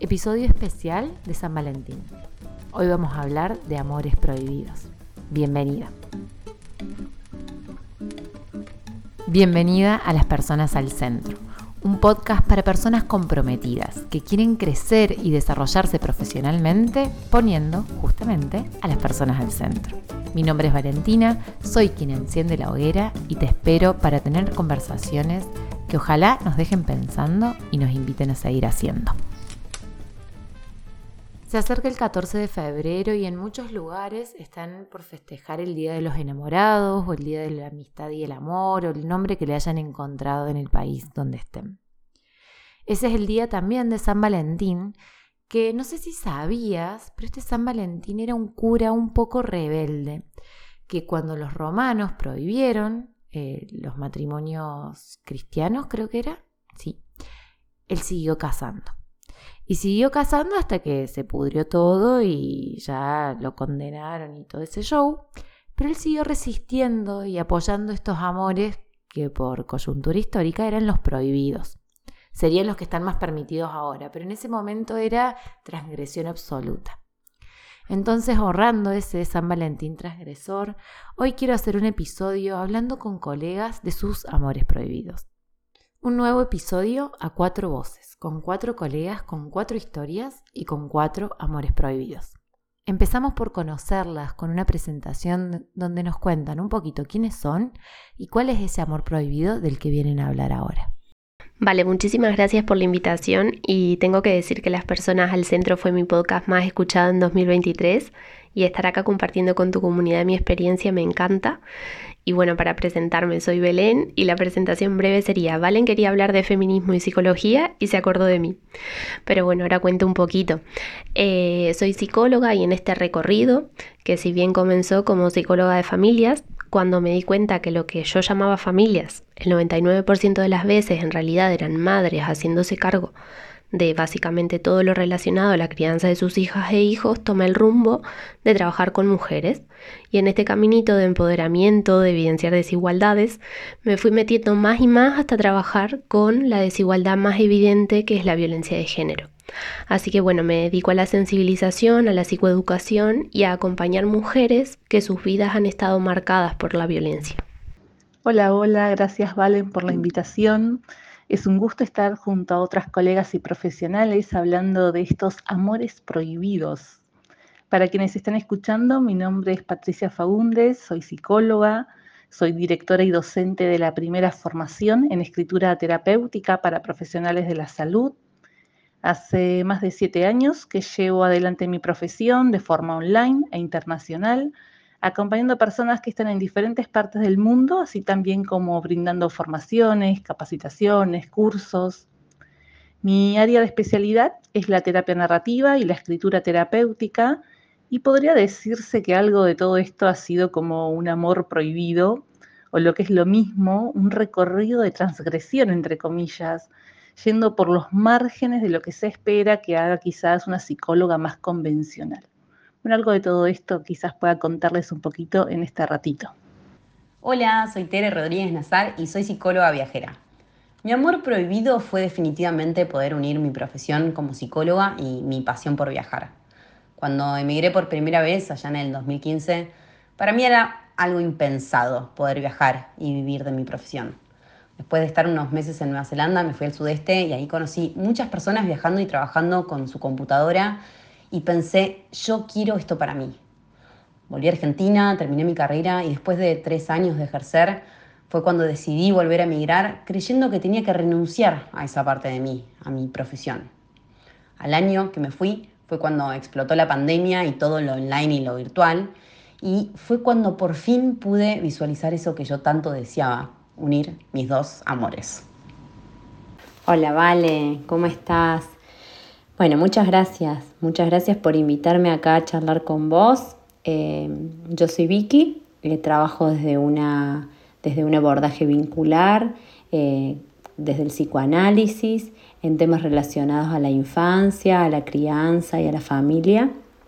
episodio especial de San Valentín. Hoy vamos a hablar de amores prohibidos. Bienvenida. Bienvenida a Las Personas al Centro, un podcast para personas comprometidas que quieren crecer y desarrollarse profesionalmente poniendo justamente a las personas al centro. Mi nombre es Valentina, soy quien enciende la hoguera y te espero para tener conversaciones que ojalá nos dejen pensando y nos inviten a seguir haciendo. Se acerca el 14 de febrero y en muchos lugares están por festejar el Día de los Enamorados o el Día de la Amistad y el Amor o el nombre que le hayan encontrado en el país donde estén. Ese es el día también de San Valentín, que no sé si sabías, pero este San Valentín era un cura un poco rebelde, que cuando los romanos prohibieron los matrimonios cristianos, creo que era, sí, él siguió casando. Y siguió casando hasta que se pudrió todo y ya lo condenaron y todo ese show, pero él siguió resistiendo y apoyando estos amores que por coyuntura histórica eran los prohibidos. Serían los que están más permitidos ahora, pero en ese momento era transgresión absoluta. Entonces, ahorrando ese San Valentín transgresor, hoy quiero hacer un episodio hablando con colegas de sus amores prohibidos. Un nuevo episodio a 4 voces, con 4 colegas, con 4 historias y con 4 amores prohibidos. Empezamos por conocerlas con una presentación donde nos cuentan un poquito quiénes son y cuál es ese amor prohibido del que vienen a hablar ahora. Vale, muchísimas gracias por la invitación y tengo que decir que Las Personas al Centro fue mi podcast más escuchado en 2023 y estar acá compartiendo con tu comunidad mi experiencia me encanta. Y bueno, para presentarme soy Belén y la presentación breve sería: Valen quería hablar de feminismo y psicología y se acordó de mí. Pero bueno, ahora cuento un poquito. Soy psicóloga y en este recorrido, que si bien comenzó como psicóloga de familias, cuando me di cuenta que lo que yo llamaba familias, el 99% de las veces en realidad eran madres haciéndose cargo de básicamente todo lo relacionado a la crianza de sus hijas e hijos, tomé el rumbo de trabajar con mujeres. Y en este caminito de empoderamiento, de evidenciar desigualdades, me fui metiendo más y más hasta trabajar con la desigualdad más evidente, que es la violencia de género. Así que bueno, me dedico a la sensibilización, a la psicoeducación y a acompañar mujeres que sus vidas han estado marcadas por la violencia. Hola, gracias Valen por la invitación. Es un gusto estar junto a otras colegas y profesionales hablando de estos amores prohibidos. Para quienes están escuchando, mi nombre es Patricia Faúndez, soy psicóloga, soy directora y docente de la primera formación en escritura terapéutica para profesionales de la salud. Hace más de 7 años que llevo adelante mi profesión de forma online e internacional, acompañando a personas que están en diferentes partes del mundo, así también como brindando formaciones, capacitaciones, cursos. Mi área de especialidad es la terapia narrativa y la escritura terapéutica, y podría decirse que algo de todo esto ha sido como un amor prohibido, o lo que es lo mismo, un recorrido de transgresión, entre comillas, yendo por los márgenes de lo que se espera que haga quizás una psicóloga más convencional. Bueno, algo de todo esto quizás pueda contarles un poquito en este ratito. Hola, soy Tere Rodríguez Nazar y soy psicóloga viajera. Mi amor prohibido fue definitivamente poder unir mi profesión como psicóloga y mi pasión por viajar. Cuando emigré por primera vez, allá en el 2015, para mí era algo impensado poder viajar y vivir de mi profesión. Después de estar unos meses en Nueva Zelanda, me fui al sudeste y ahí conocí muchas personas viajando y trabajando con su computadora y pensé, yo quiero esto para mí. Volví a Argentina, terminé mi carrera y después de 3 años de ejercer fue cuando decidí volver a emigrar creyendo que tenía que renunciar a esa parte de mí, a mi profesión. Al año que me fui fue cuando explotó la pandemia y todo lo online y lo virtual, y fue cuando por fin pude visualizar eso que yo tanto deseaba, unir mis 2 amores. Hola, Vale, ¿cómo estás? Bueno, muchas gracias por invitarme acá a charlar con vos. Yo soy Vicky, trabajo desde un abordaje vincular, desde el psicoanálisis, en temas relacionados a la infancia, a la crianza y a la familia.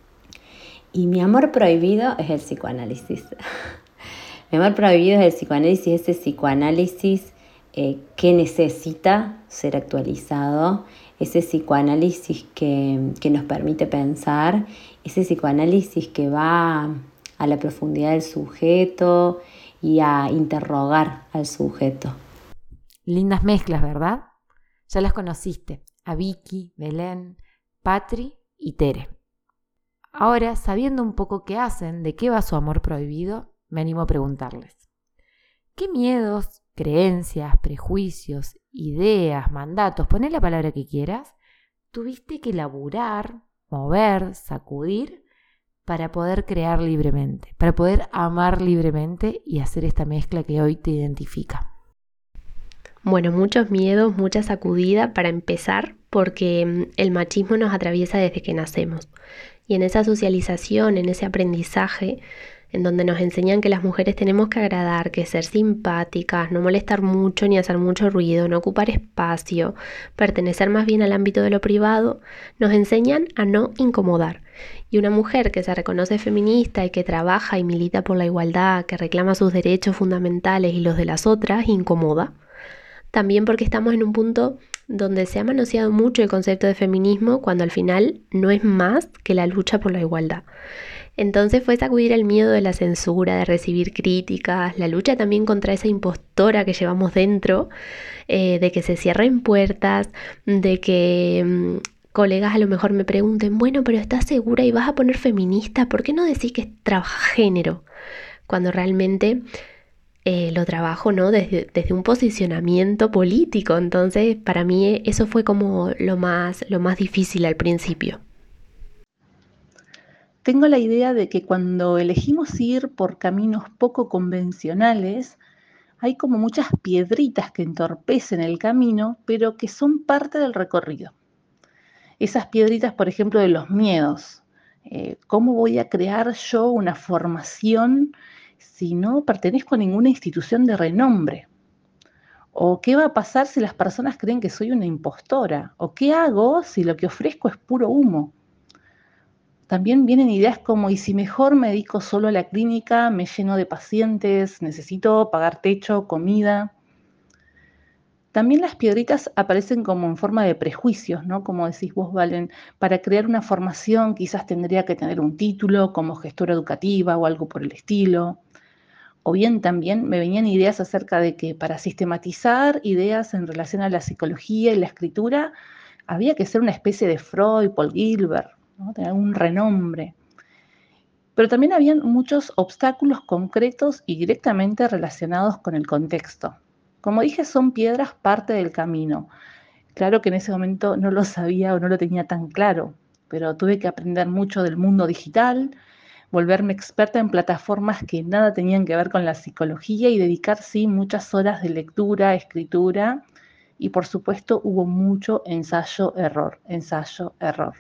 Y mi amor prohibido es el psicoanálisis. Mi amor prohibido es el psicoanálisis, ese psicoanálisis que necesita ser actualizado, ese psicoanálisis que nos permite pensar, ese psicoanálisis que va a la profundidad del sujeto y a interrogar al sujeto. Lindas mezclas, ¿verdad? Ya las conociste, a Vicky, Belén, Patri y Tere. Ahora, sabiendo un poco qué hacen, de qué va su amor prohibido, me animo a preguntarles. ¿Qué miedos, creencias, prejuicios, ideas, mandatos, poné la palabra que quieras, tuviste que elaborar, mover, sacudir para poder crear libremente, para poder amar libremente y hacer esta mezcla que hoy te identifica? Bueno, muchos miedos, mucha sacudida para empezar, porque el machismo nos atraviesa desde que nacemos. Y en esa socialización, en ese aprendizaje, en donde nos enseñan que las mujeres tenemos que agradar, que ser simpáticas, no molestar mucho ni hacer mucho ruido, no ocupar espacio, pertenecer más bien al ámbito de lo privado, nos enseñan a no incomodar. Y una mujer que se reconoce feminista y que trabaja y milita por la igualdad, que reclama sus derechos fundamentales y los de las otras, incomoda. También porque estamos en un punto donde se ha manoseado mucho el concepto de feminismo cuando al final no es más que la lucha por la igualdad. Entonces fue sacudir el miedo de la censura, de recibir críticas, la lucha también contra esa impostora que llevamos dentro, de que se cierren puertas, de que colegas a lo mejor me pregunten, bueno, pero ¿estás segura y vas a poner feminista? ¿Por qué no decís que trabaja género? Cuando realmente lo trabajo, ¿no? Desde un posicionamiento político. Entonces, para mí eso fue como lo más difícil al principio. Tengo la idea de que cuando elegimos ir por caminos poco convencionales, hay como muchas piedritas que entorpecen el camino, pero que son parte del recorrido. Esas piedritas, por ejemplo, de los miedos. ¿Cómo voy a crear yo una formación si no pertenezco a ninguna institución de renombre? ¿O qué va a pasar si las personas creen que soy una impostora? ¿O qué hago si lo que ofrezco es puro humo? También vienen ideas como, ¿y si mejor me dedico solo a la clínica, me lleno de pacientes, necesito pagar techo, comida? También las piedritas aparecen como en forma de prejuicios, ¿no? Como decís vos, Valen, para crear una formación quizás tendría que tener un título como gestora educativa o algo por el estilo. O bien también me venían ideas acerca de que para sistematizar ideas en relación a la psicología y la escritura, había que ser una especie de Freud, Paul Gilbert, ¿no? Tener un renombre. Pero también habían muchos obstáculos concretos y directamente relacionados con el contexto. Como dije, son piedras parte del camino. Claro que en ese momento no lo sabía o no lo tenía tan claro, pero tuve que aprender mucho del mundo digital, volverme experta en plataformas que nada tenían que ver con la psicología y dedicar, sí, muchas horas de lectura, escritura y, por supuesto, hubo mucho ensayo-error, ensayo-error.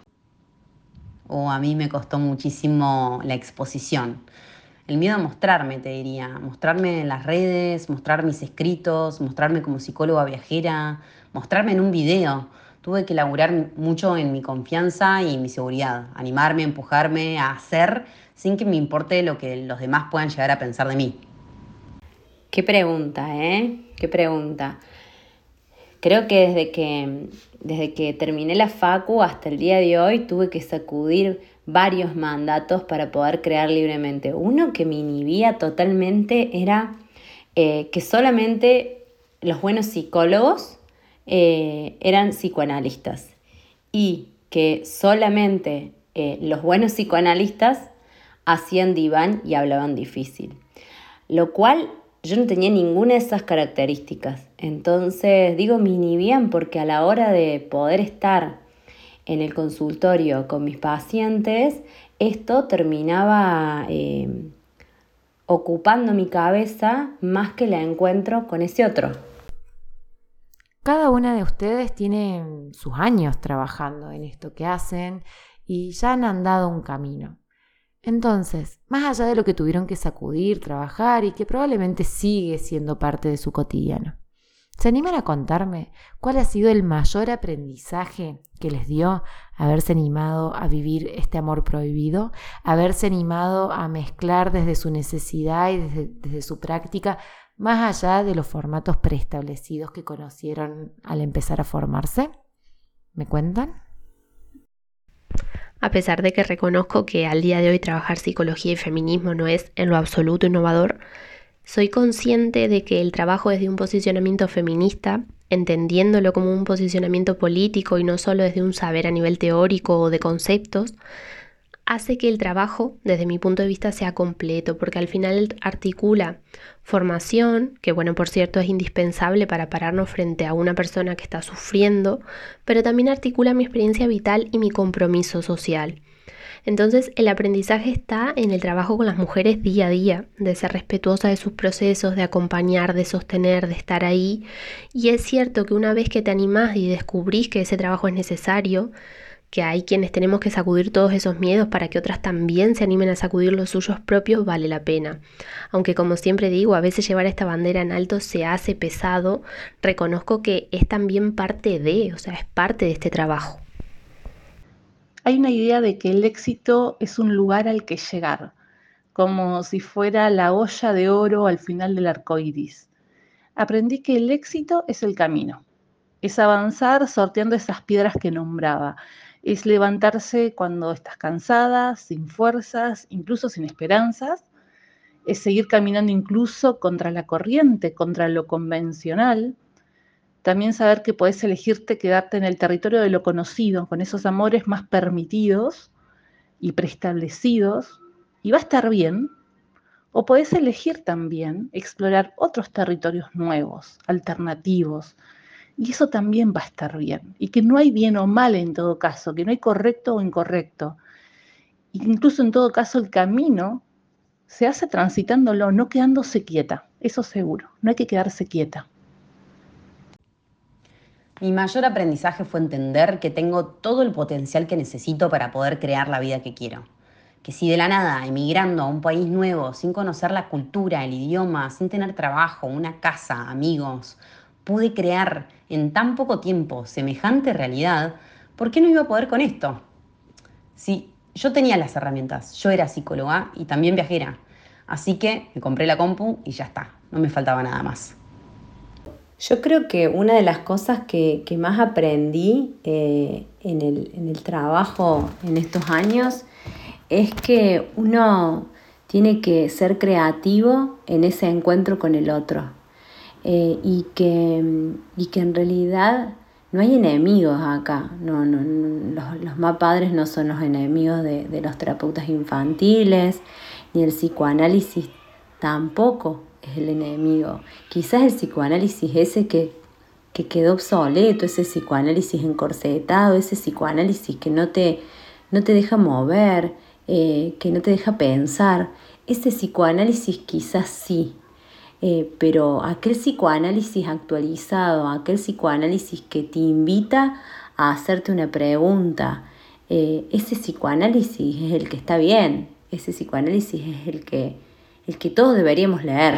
O a mí me costó muchísimo la exposición. El miedo a mostrarme, te diría, mostrarme en las redes, mostrar mis escritos, mostrarme como psicóloga viajera, mostrarme en un video. Tuve que laburar mucho en mi confianza y mi seguridad, animarme, empujarme a hacer sin que me importe lo que los demás puedan llegar a pensar de mí. Qué pregunta, ¿eh? Qué pregunta. Creo que desde que terminé la facu hasta el día de hoy tuve que sacudir varios mandatos para poder crear libremente. Uno que me inhibía totalmente era que solamente los buenos psicólogos eran psicoanalistas y que solamente los buenos psicoanalistas hacían diván y hablaban difícil. Lo cual yo no tenía ninguna de esas características. Entonces, digo, me inhibían porque a la hora de poder estar en el consultorio con mis pacientes, esto terminaba ocupando mi cabeza más que la encuentro con ese otro. Cada una de ustedes tiene sus años trabajando en esto que hacen y ya han andado un camino. Entonces, más allá de lo que tuvieron que sacudir, trabajar y que probablemente sigue siendo parte de su cotidiano, ¿se animan a contarme cuál ha sido el mayor aprendizaje que les dio haberse animado a vivir este amor prohibido, haberse animado a mezclar desde su necesidad y desde su práctica, más allá de los formatos preestablecidos que conocieron al empezar a formarse? ¿Me cuentan? A pesar de que reconozco que al día de hoy trabajar psicología y feminismo no es en lo absoluto innovador, soy consciente de que el trabajo desde un posicionamiento feminista, entendiéndolo como un posicionamiento político y no solo desde un saber a nivel teórico o de conceptos, hace que el trabajo, desde mi punto de vista, sea completo, porque al final articula formación, que bueno, por cierto, es indispensable para pararnos frente a una persona que está sufriendo, pero también articula mi experiencia vital y mi compromiso social. Entonces, el aprendizaje está en el trabajo con las mujeres día a día, de ser respetuosa de sus procesos, de acompañar, de sostener, de estar ahí. Y es cierto que una vez que te animás y descubrís que ese trabajo es necesario, que hay quienes tenemos que sacudir todos esos miedos para que otras también se animen a sacudir los suyos propios, vale la pena. Aunque como siempre digo, a veces llevar esta bandera en alto se hace pesado, reconozco que es también parte de, o sea, es parte de este trabajo. Hay una idea de que el éxito es un lugar al que llegar, como si fuera la olla de oro al final del arco iris. Aprendí que el éxito es el camino, es avanzar sorteando esas piedras que nombraba, es levantarse cuando estás cansada, sin fuerzas, incluso sin esperanzas, es seguir caminando incluso contra la corriente, contra lo convencional. También saber que podés elegirte quedarte en el territorio de lo conocido, con esos amores más permitidos y preestablecidos, y va a estar bien. O podés elegir también explorar otros territorios nuevos, alternativos, y eso también va a estar bien. Y que no hay bien o mal en todo caso, que no hay correcto o incorrecto. Incluso en todo caso el camino se hace transitándolo, no quedándose quieta, eso seguro, no hay que quedarse quieta. Mi mayor aprendizaje fue entender que tengo todo el potencial que necesito para poder crear la vida que quiero. Que si de la nada, emigrando a un país nuevo, sin conocer la cultura, el idioma, sin tener trabajo, una casa, amigos, pude crear en tan poco tiempo semejante realidad, ¿por qué no iba a poder con esto? Sí, yo tenía las herramientas, yo era psicóloga y también viajera, así que me compré la compu y ya está, no me faltaba nada más. Yo creo que una de las cosas que más aprendí en el trabajo en estos años es que uno tiene que ser creativo en ese encuentro con el otro y que en realidad no hay enemigos acá. Los más padres no son los enemigos de los terapeutas infantiles, ni el psicoanálisis tampoco es el enemigo. Quizás el psicoanálisis ese que quedó obsoleto, ese psicoanálisis encorsetado, ese psicoanálisis que no te deja mover, que no te deja pensar, ese psicoanálisis quizás sí, pero aquel psicoanálisis actualizado, aquel psicoanálisis que te invita a hacerte una pregunta, ese psicoanálisis es el que está bien, ese psicoanálisis es el que todos deberíamos leer.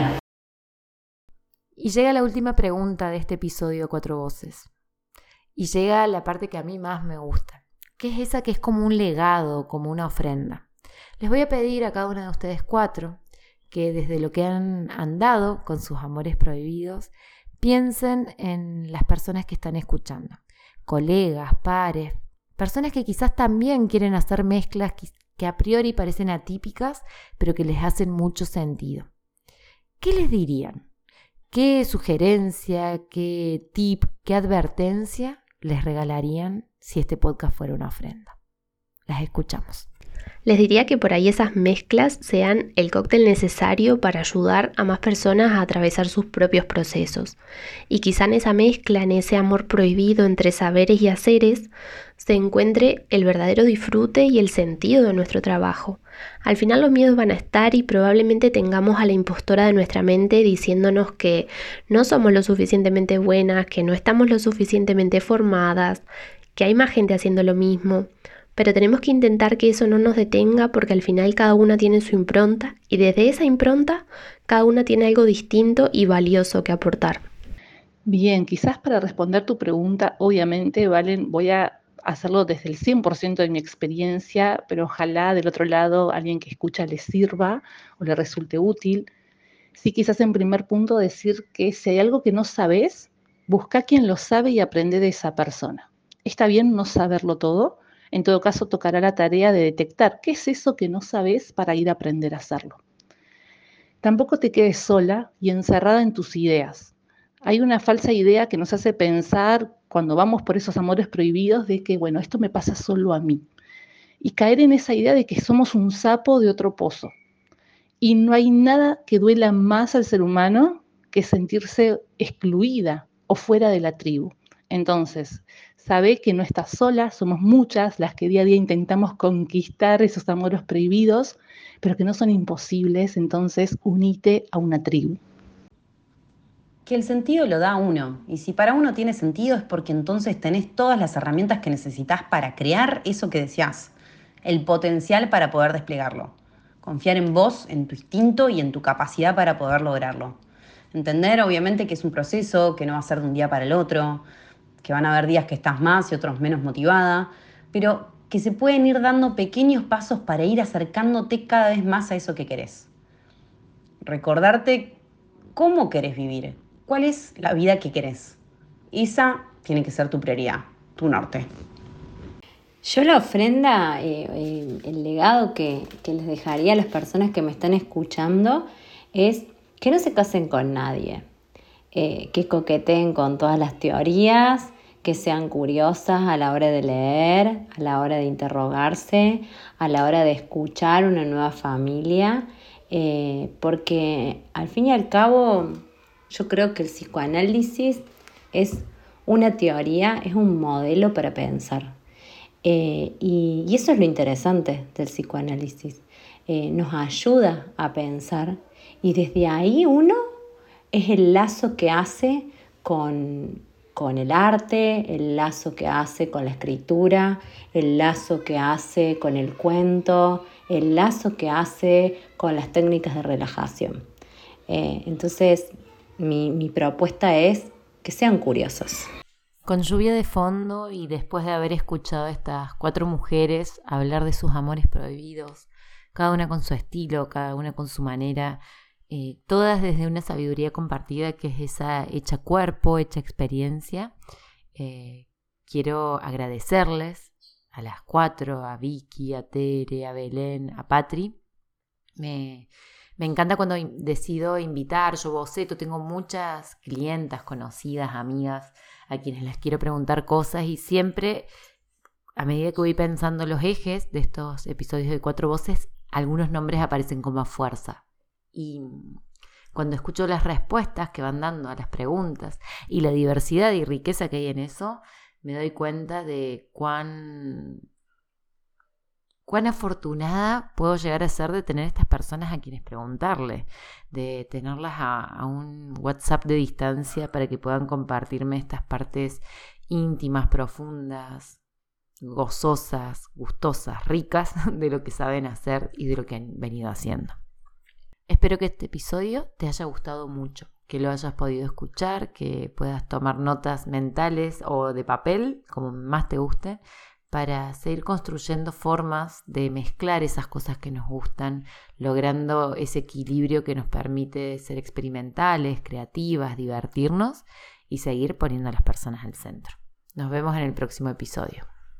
Y llega la última pregunta de este episodio de Cuatro Voces. Y llega la parte que a mí más me gusta, que es esa que es como un legado, como una ofrenda. Les voy a pedir a cada una de ustedes cuatro que desde lo que han andado con sus amores prohibidos, piensen en las personas que están escuchando. Colegas, pares, personas que quizás también quieren hacer mezclas que a priori parecen atípicas, pero que les hacen mucho sentido. ¿Qué les dirían? ¿Qué sugerencia, qué tip, qué advertencia les regalarían si este podcast fuera una ofrenda? Las escuchamos. Les diría que por ahí esas mezclas sean el cóctel necesario para ayudar a más personas a atravesar sus propios procesos. Y quizá en esa mezcla, en ese amor prohibido entre saberes y haceres, se encuentre el verdadero disfrute y el sentido de nuestro trabajo. Al final los miedos van a estar y probablemente tengamos a la impostora de nuestra mente diciéndonos que no somos lo suficientemente buenas, que no estamos lo suficientemente formadas, que hay más gente haciendo lo mismo. Pero tenemos que intentar que eso no nos detenga porque al final cada una tiene su impronta y desde esa impronta cada una tiene algo distinto y valioso que aportar. Bien, quizás para responder tu pregunta, obviamente, Valen, voy a hacerlo desde el 100% de mi experiencia, pero ojalá del otro lado alguien que escucha le sirva o le resulte útil. Sí, quizás en primer punto decir que si hay algo que no sabes, busca quien lo sabe y aprende de esa persona. Está bien no saberlo todo. En todo caso, tocará la tarea de detectar qué es eso que no sabes para ir a aprender a hacerlo. Tampoco te quedes sola y encerrada en tus ideas. Hay una falsa idea que nos hace pensar cuando vamos por esos amores prohibidos de que, bueno, esto me pasa solo a mí. Y caer en esa idea de que somos un sapo de otro pozo. Y no hay nada que duela más al ser humano que sentirse excluida o fuera de la tribu. Entonces, sabe que no estás sola, somos muchas las que día a día intentamos conquistar esos amores prohibidos, pero que no son imposibles, entonces unite a una tribu. Que el sentido lo da uno, y si para uno tiene sentido es porque entonces tenés todas las herramientas que necesitas para crear eso que deseás, el potencial para poder desplegarlo. Confiar en vos, en tu instinto y en tu capacidad para poder lograrlo. Entender obviamente que es un proceso, que no va a ser de un día para el otro, que van a haber días que estás más y otros menos motivada, pero que se pueden ir dando pequeños pasos para ir acercándote cada vez más a eso que querés. Recordarte cómo querés vivir, cuál es la vida que querés. Esa tiene que ser tu prioridad, tu norte. Yo la ofrenda, el legado que les dejaría a las personas que me están escuchando es que no se casen con nadie, que coqueteen con todas las teorías, que sean curiosas a la hora de leer, a la hora de interrogarse, a la hora de escuchar una nueva familia, porque al fin y al cabo yo creo que el psicoanálisis es una teoría, es un modelo para pensar. Y eso es lo interesante del psicoanálisis. Nos ayuda a pensar y desde ahí uno es el lazo que hace con el arte, el lazo que hace con la escritura, el lazo que hace con el cuento, el lazo que hace con las técnicas de relajación. Entonces, mi propuesta es que sean curiosos. Con lluvia de fondo y después de haber escuchado a estas 4 mujeres hablar de sus amores prohibidos, cada una con su estilo, cada una con su manera, todas desde una sabiduría compartida que es esa hecha cuerpo, hecha experiencia, quiero agradecerles a las 4, a Vicky, a Tere, a Belén, a Patri. Me encanta cuando decido invitar, yo boceto, tengo muchas clientas, conocidas, amigas, a quienes les quiero preguntar cosas y siempre, a medida que voy pensando los ejes de estos episodios de 4 voces, algunos nombres aparecen con más fuerza. Y cuando escucho las respuestas que van dando a las preguntas y la diversidad y riqueza que hay en eso, me doy cuenta de cuán afortunada puedo llegar a ser de tener estas personas a quienes preguntarle, de tenerlas a un WhatsApp de distancia para que puedan compartirme estas partes íntimas, profundas, gozosas, gustosas, ricas de lo que saben hacer y de lo que han venido haciendo. Espero que este episodio te haya gustado mucho, que lo hayas podido escuchar, que puedas tomar notas mentales o de papel, como más te guste, para seguir construyendo formas de mezclar esas cosas que nos gustan, logrando ese equilibrio que nos permite ser experimentales, creativas, divertirnos y seguir poniendo a las personas al centro. Nos vemos en el próximo episodio.